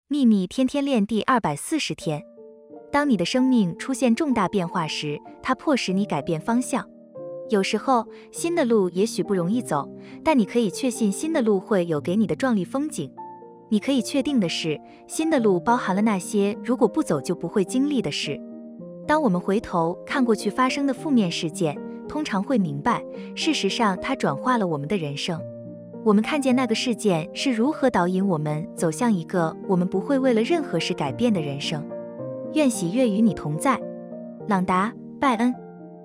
秘密天天练第240天。当你的生命出现重大变化时，它迫使你改变方向。有时候，新的路也许不容易走，但你可以确信新的路会有给你的壮丽风景。你可以确定的是，新的路包含了那些如果不走就不会经历的事。当我们回头看过去发生的负面事件，通常会明白，事实上它转化了我们的人生。我们看见那个事件是如何导引我们走向一个我们不会为了任何事改变的人生。愿喜悦与你同在。朗达·拜恩。